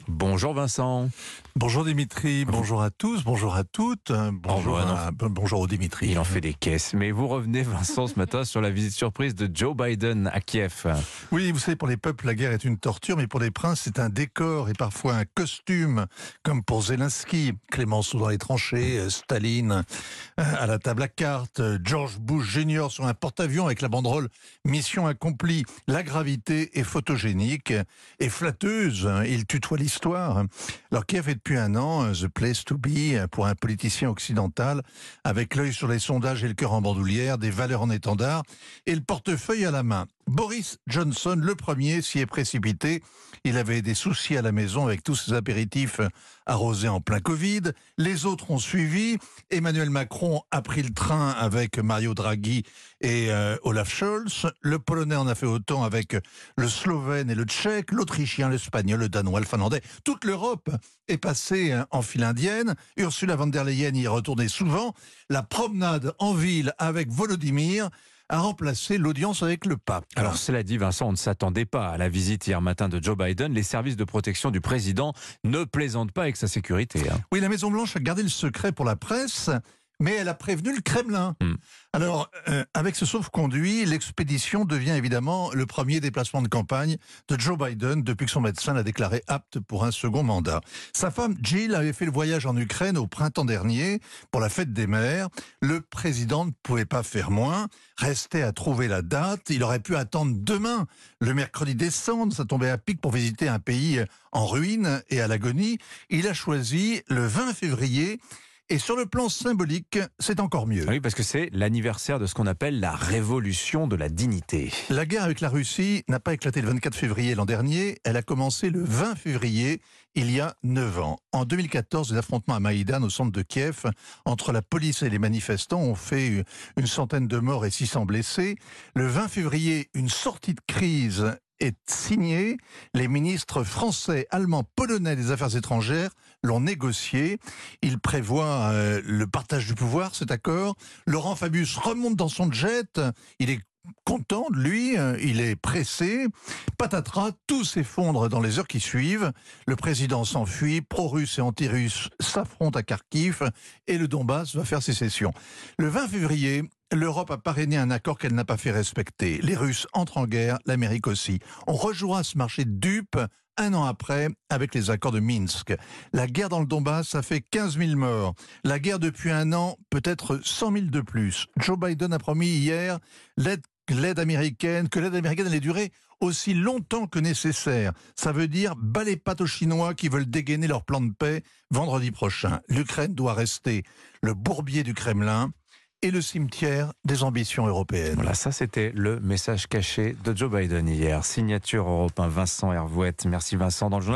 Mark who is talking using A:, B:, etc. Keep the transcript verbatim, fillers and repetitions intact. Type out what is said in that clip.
A: Bonjour Vincent.
B: Bonjour Dimitri, bonjour à tous, bonjour à toutes, bonjour,
A: Oh,
B: à, bonjour au Dimitri.
A: Il en fait des caisses. Mais vous revenez Vincent ce matin sur la visite surprise de Joe Biden à Kiev.
B: Oui, vous savez, pour les peuples, la guerre est une torture, mais pour les princes, c'est un décor et parfois un costume, comme pour Zelensky, Clémenceau dans les tranchées, Staline à la table à cartes, George Bush junior sur un porte-avions avec la banderole « Mission accomplie ». La gravité est photogénique et flatteuse, il tutoie l'histoire. Alors Kiev est depuis un an the place to be pour un politicien occidental, avec l'œil sur les sondages et le cœur en bandoulière, des valeurs en étendard et le portefeuille à la main. Boris Johnson, le premier, s'y est précipité. Il avait des soucis à la maison avec tous ses apéritifs arrosés en plein Covid. Les autres ont suivi. Emmanuel Macron a pris le train avec Mario Draghi et euh, Olaf Scholz. Le Polonais en a fait autant avec le Slovène et le Tchèque, l'Autrichien, l'Espagnol, le Danois, le Finlandais. Toute l'Europe est passée en file indienne. Ursula von der Leyen y est retournée souvent. La promenade en ville avec Volodymyr a remplacé l'audience avec le pape.
A: Alors cela dit Vincent, on ne s'attendait pas à la visite hier matin de Joe Biden. Les services de protection du président ne plaisantent pas avec sa sécurité. Hein.
B: Oui, la Maison-Blanche a gardé le secret pour la presse, mais elle a prévenu le Kremlin. Mm. Alors, euh, avec ce sauf-conduit, l'expédition devient évidemment le premier déplacement de campagne de Joe Biden depuis que son médecin l'a déclaré apte pour un second mandat. Sa femme Jill avait fait le voyage en Ukraine au printemps dernier pour la fête des mères. Le président ne pouvait pas faire moins, restait à trouver la date. Il aurait pu attendre demain, le mercredi décembre, ça tombait à pic pour visiter un pays en ruine et à l'agonie. Il a choisi le vingt février. Et sur le plan symbolique, c'est encore mieux.
A: Oui, parce que c'est l'anniversaire de ce qu'on appelle la révolution de la dignité.
B: La guerre avec la Russie n'a pas éclaté le vingt-quatre février l'an dernier, elle a commencé le vingt février, il y a neuf ans. En deux mille quatorze, les affrontements à Maïdan, au centre de Kiev, entre la police et les manifestants, ont fait une centaine de morts et six cents blessés. Le vingt février, une sortie de crise est signé. Les ministres français, allemands, polonais des Affaires étrangères l'ont négocié. Il prévoit euh, le partage du pouvoir, cet accord. Laurent Fabius remonte dans son jet. Il est content de lui, il est pressé. Patatras, tout s'effondre dans les heures qui suivent. Le président s'enfuit, pro-russe et anti-russe s'affrontent à Kharkiv et le Donbass va faire sécession. Le vingt février, l'Europe a parrainé un accord qu'elle n'a pas fait respecter. Les Russes entrent en guerre, l'Amérique aussi. On rejouera ce marché de dupes un an après avec les accords de Minsk. La guerre dans le Donbass, ça fait quinze mille morts. La guerre depuis un an, peut-être cent mille de plus. Joe Biden a promis hier l'aide l'aide américaine, que l'aide américaine allait durer aussi longtemps que nécessaire. Ça veut dire bas les pattes aux Chinois qui veulent dégainer leur plan de paix vendredi prochain. L'Ukraine doit rester le bourbier du Kremlin et le cimetière des ambitions européennes.
A: Voilà, ça c'était le message caché de Joe Biden hier. Signature Europe un, Vincent Hervouette. Merci Vincent dans le journal.